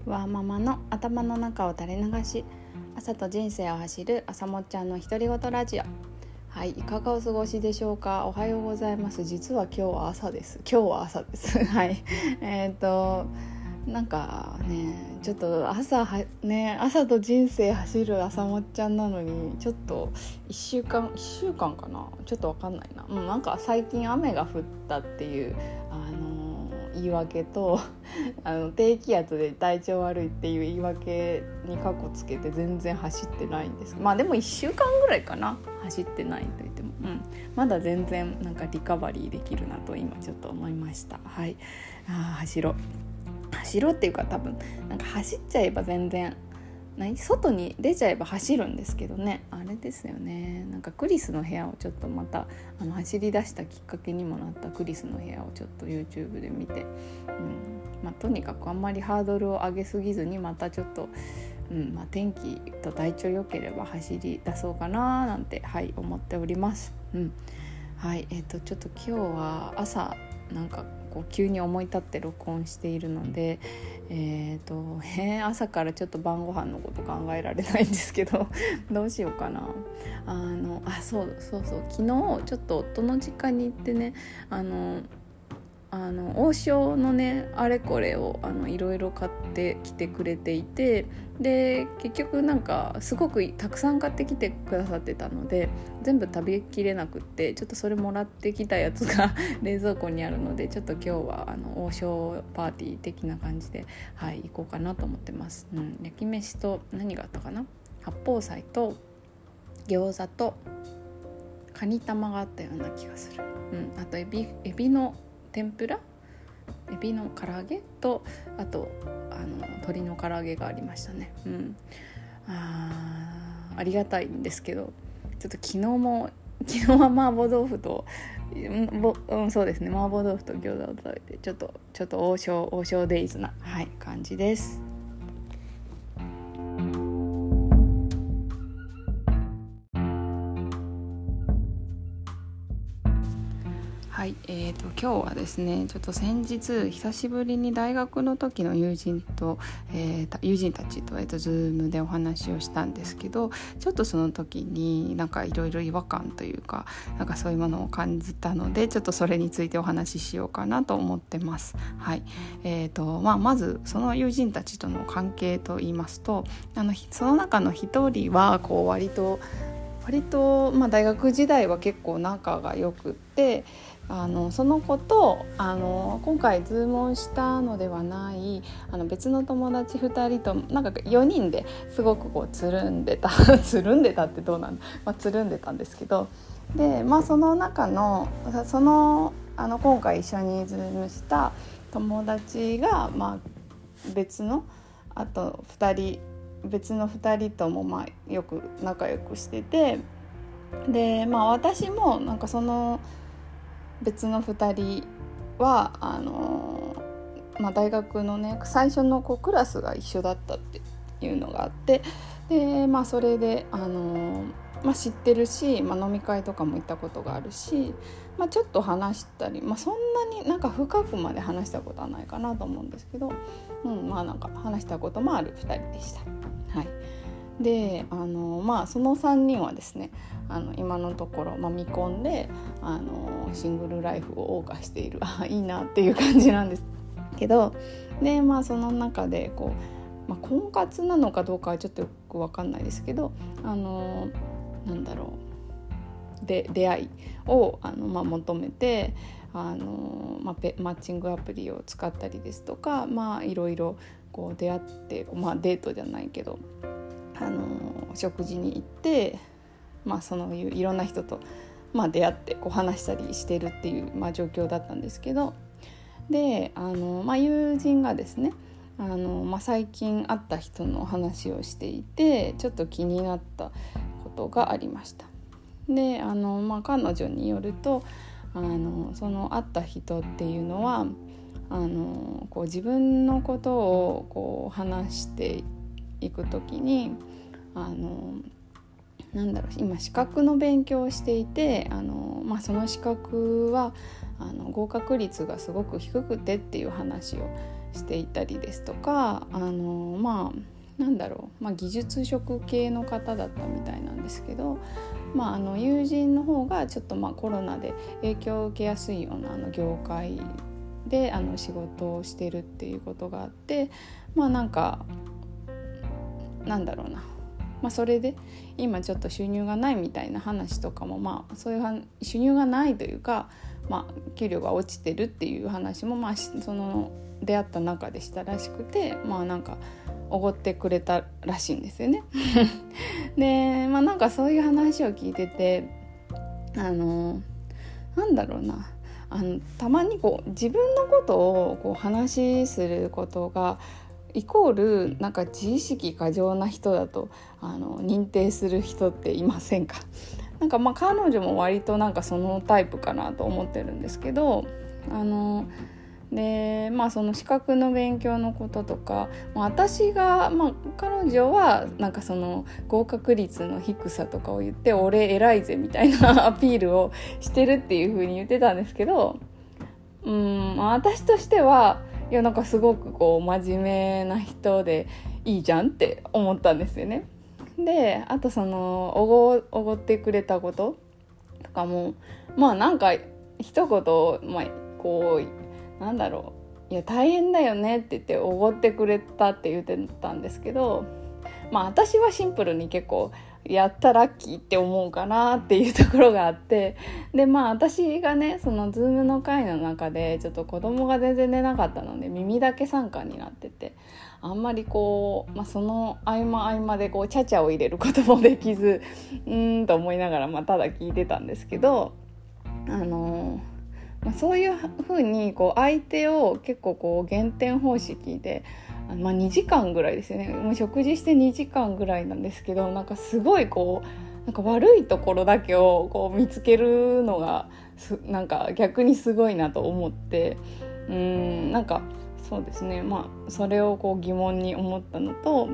ワーママの頭の中を垂れ流し、朝と人生を走る朝もっちゃんの独り言ラジオ。はい、いかがお過ごしでしょうか。おはようございます。実は今日は朝です。はいなんかね、ちょっと朝と人生走る朝もっちゃんなのに、ちょっと1週間かな、ちょっとわかんないな。なんか最近雨が降ったっていう言い訳と低気圧で体調悪いっていう言い訳にカッコつけて全然走ってないんです。でも1週間ぐらいかな、走ってないと言っても、まだ全然なんかリカバリーできるなと今ちょっと思いました。はい、走ろうっていうか、多分なんか走っちゃえば全然外に出ちゃえば走るんですけどね。あれですよね、なんかクリスの部屋をちょっとまた走り出したきっかけにもなったクリスの部屋をちょっと YouTube で見て、とにかくあんまりハードルを上げすぎずに、またちょっと、天気と体調良ければ走り出そうかななんて、思っております。ちょっと今日は朝なんか急に思い立って録音しているので、朝からちょっと晩ご飯のこと考えられないんですけどどうしようかな。そう昨日ちょっと夫の実家に行ってね、王将のねあれこれをいろいろ買ってきてくれていて、で結局なんかすごくたくさん買ってきてくださってたので、全部食べきれなくって、ちょっとそれもらってきたやつが冷蔵庫にあるので、ちょっと今日は王将パーティー的な感じで行こうかなと思ってます。焼き飯と何があったかな、八宝菜と餃子とカニ玉があったような気がする。あとエビの天ぷら、エビの唐揚げと、あと鶏の唐揚げがありましたね。ありがたいんですけど、ちょっと昨日は麻婆豆腐とそうですね、麻婆豆腐と餃子を食べて、ちょっと王将デイズな感じです。今日はですね、ちょっと先日久しぶりに大学の時の友人たちとZoom でお話をしたんですけど、ちょっとその時になんかいろいろ違和感というか、なんかそういうものを感じたので、ちょっとそれについてお話ししようかなと思ってます。まずその友人たちとの関係といいますと、その中の一人は割と大学時代は結構仲が良くって、その子と今回ズームをしたのではない別の友達2人となんか4人ですごくつるんでたつるんでたってどうなんだ、つるんでたんですけど、でその中の今回一緒にズームした友達が別の2人ともよく仲良くしてて、で私もなんかその別の2人は大学のね最初のクラスが一緒だったっていうのがあって、でそれで知ってるし、飲み会とかも行ったことがあるし、ちょっと話したり、そんなになんか深くまで話したことはないかなと思うんですけど、なんか話したこともある2人でした。でその3人はですね、今のところ、未婚でシングルライフを謳歌しているいいなっていう感じなんですけど、でその中で婚活なのかどうかはちょっとよく分かんないですけど、出会いを求めてマッチングアプリを使ったりですとか、いろいろ出会って、デートじゃないけど食事に行って、そういういろんな人と、出会って話したりしてるっていう、状況だったんですけど、で友人がですね最近会った人の話をしていて、ちょっと気になったことがありました。で彼女によるとその会った人っていうのは自分のことを話していくときに今資格の勉強をしていて、その資格は合格率がすごく低くてっていう話をしていたりですとか、技術職系の方だったみたいなんですけど、友人の方がちょっとコロナで影響を受けやすいような業界で仕事をしてるっていうことがあって、それで今ちょっと収入がないみたいな話とかも、そういう収入がないというか、給料が落ちてるっていう話も、その出会った中でしたらしくて、おごってくれたらしいんですよねで、そういう話を聞いてて、たまに自分のことを話することがイコール自意識過剰な人だと認定する人っていませんか？彼女も割とそのタイプかなと思ってるんですけど、でその資格の勉強のこととか、私が、彼女はその合格率の低さとかを言って俺偉いぜみたいなアピールをしてるっていう風に言ってたんですけど、私としてはいやすごく真面目な人でいいじゃんって思ったんですよね。であとそのおごってくれたこととかも一言いや大変だよねって言っておごってくれたって言ってたんですけど、私はシンプルに結構やったラッキーって思うかなっていうところがあって、で私がねそのズームの会の中でちょっと子供が全然寝なかったので耳だけ参加になってて、あんまりその合間でチャチャを入れることもできずと思いながらただ聞いてたんですけど、そういう風に相手を結構減点方式で2時間ぐらいですよね。もう食事して2時間ぐらいなんですけど、すごい悪いところだけを見つけるのが逆にすごいなと思って、そうですね、それを疑問に思ったのと、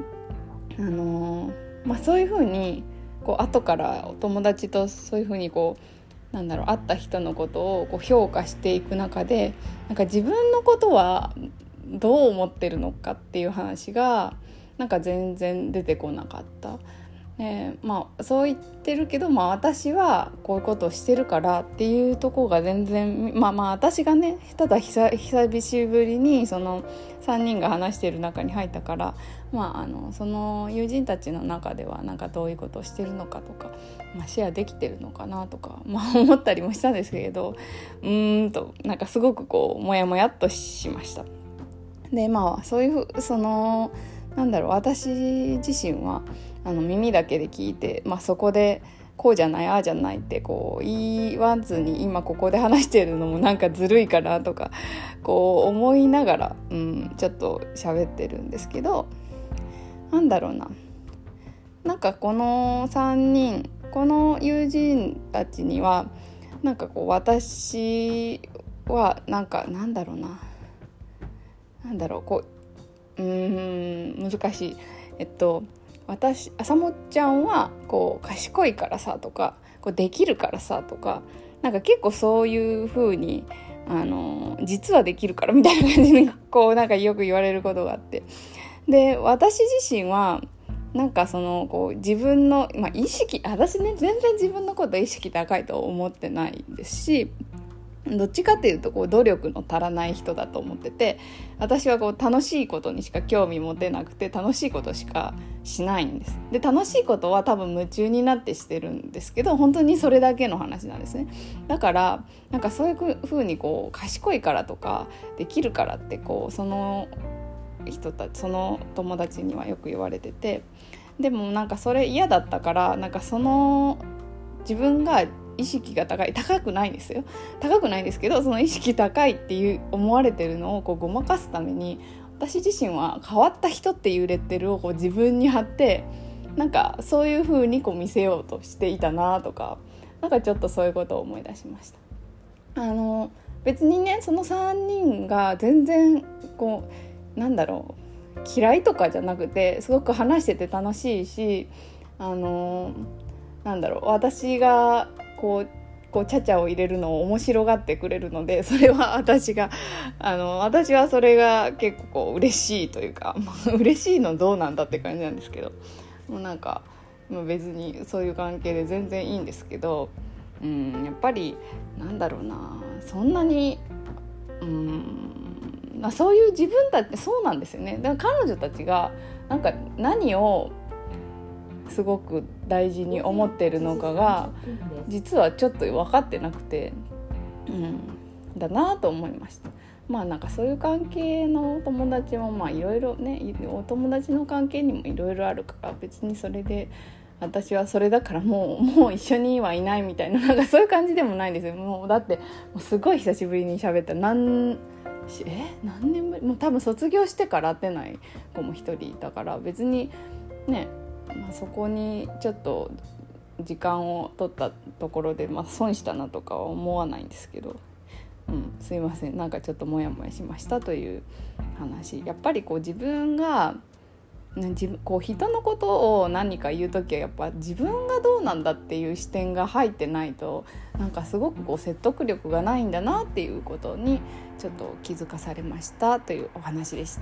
そういう風に後からお友達とそういう風に会った人のことを評価していく中で自分のことはどう思ってるのかっていう話が全然出てこなかった。そう言ってるけど、私はこういうことをしてるからっていうところが全然私がねただ久しぶりにその3人が話している中に入ったから、その友人たちの中ではどういうことをしてるのかとか、シェアできてるのかなとか、思ったりもしたんですけれど、すごくモヤモヤっとしました。でそういう私自身は耳だけで聞いて、そこでこうじゃないああじゃないって言わずに今ここで話してるのもずるいかなとか思いながら、ちょっと喋ってるんですけど、この3人この友人たちには私は難しい。朝もっちゃんは賢いからさとかできるからさとか結構そういう風に実はできるからみたいな感じによく言われることがあって、で私自身は自分の、意識私ね全然自分のこと意識高いと思ってないですし、どっちかっていうと努力の足らない人だと思ってて、私は楽しいことにしか興味持てなくて楽しいことしかしないんです。で楽しいことは多分夢中になってしてるんですけど、本当にそれだけの話なんですね。だからそういう風に賢いからとかできるからってその人たちその友達にはよく言われてて、でもそれ嫌だったからその自分が意識が高くないんですよ。高くないんですけど、その意識高いっていう思われてるのをごまかすために私自身は変わった人っていうレッテルを自分に貼ってそういう風に見せようとしていたなとか、ちょっとそういうことを思い出しました。別にねその3人が全然嫌いとかじゃなくてすごく話してて楽しいし、 私がこうチャチャを入れるのを面白がってくれるので、それは私はそれが結構嬉しいというか嬉しいのどうなんだって感じなんですけど、もう別にそういう関係で全然いいんですけど、やっぱりそんなにそういう自分たちそうなんですよね。だから彼女たちが何をすごく大事に思っているのかが実はちょっと分かってなくて、だなと思いました。そういう関係の友達もいろいろね、お友達の関係にもいろいろあるから、別にそれで私はそれだからもう一緒にはいないみたいな、そういう感じでもないんですよ。もうだってすごい久しぶりに喋った何年ぶり、もう多分卒業してから会ってない子も一人いたから、別にね、そこにちょっと時間を取ったところで、損したなとかは思わないんですけど、すいません、ちょっとモヤモヤしましたという話。やっぱり自分が人のことを何か言うときはやっぱ自分がどうなんだっていう視点が入ってないと、すごく説得力がないんだなっていうことにちょっと気づかされましたというお話でした。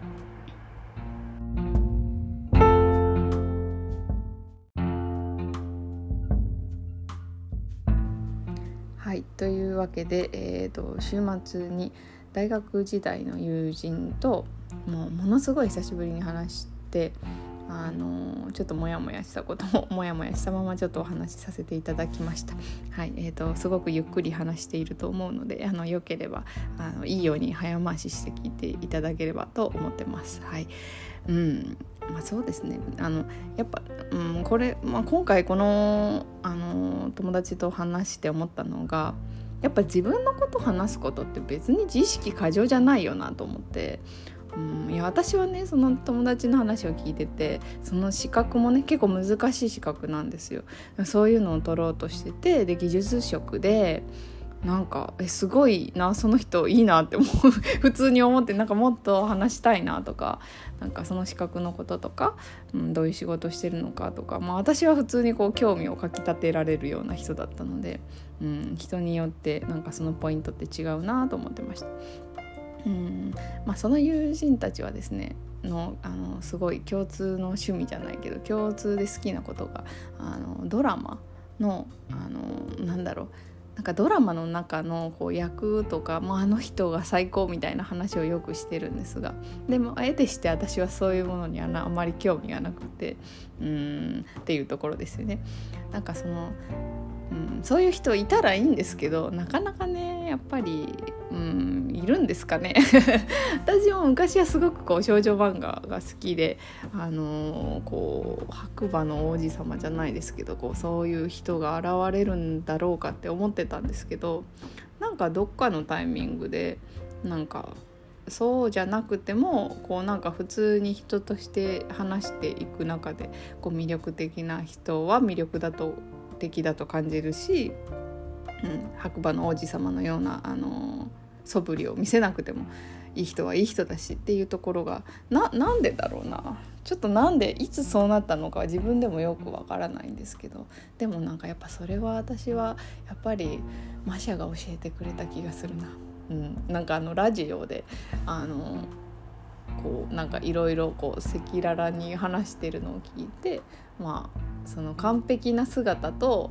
はい、というわけで、週末に大学時代の友人とものすごい久しぶりに話して、ちょっとモヤモヤしたこともモヤモヤしたままちょっとお話しさせていただきました。はい、すごくゆっくり話していると思うので、よければいいように早回しして聞いていただければと思ってます。はい、そうですね。やっぱ、これ、今回この、友達と話して思ったのが、やっぱ自分のこと話すことって別に自意識過剰じゃないよなと思って、いや私はね、その友達の話を聞いてて、その資格もね結構難しい資格なんですよ。そういうのを取ろうとしてて、で技術職ですごいな、その人いいなって普通に思って、もっと話したいなとか、その資格のこととか、どういう仕事してるのかとか、私は普通に興味をかき立てられるような人だったので、人によってそのポイントって違うなと思ってました。その友人たちはですねすごい共通の趣味じゃないけど共通で好きなことがドラマのドラマの中の役とか、あの人が最高みたいな話をよくしてるんですが、でも得てして私はそういうものにはあまり興味がなくてっていうところですよね。そういう人いたらいいんですけど、なかなかねやっぱりいるんですかね私も昔はすごく少女漫画が好きで、白馬の王子様じゃないですけどそういう人が現れるんだろうかって思ってたんですけど、どっかのタイミングでそうじゃなくても普通に人として話していく中で魅力的な人は魅力的だと感じるし、白馬の王子様のような素振りを見せなくてもいい人はいい人だしっていうところがなんでだろうな、ちょっといつそうなったのかは自分でもよくわからないんですけど、でもやっぱそれは私はやっぱりマシャが教えてくれた気がするな。ラジオでいろいろ赤裸々に話してるのを聞いて、その完璧な姿と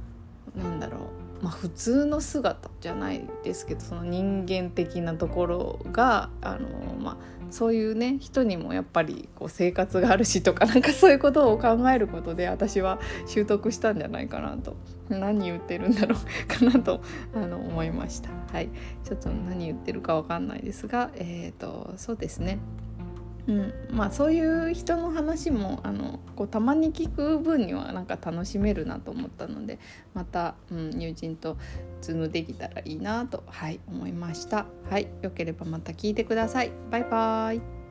普通の姿じゃないですけど、その人間的なところがそういうね人にもやっぱり生活があるしとかそういうことを考えることで私は習得したんじゃないかなと、何言ってるんだろうかなと思いました。はい、ちょっと何言ってるかわかんないですが、そうですね。そういう人の話もたまに聞く分には楽しめるなと思ったので、また、友人とズームできたらいいなと、思いました。はい、よければまた聞いてください。バイバイ。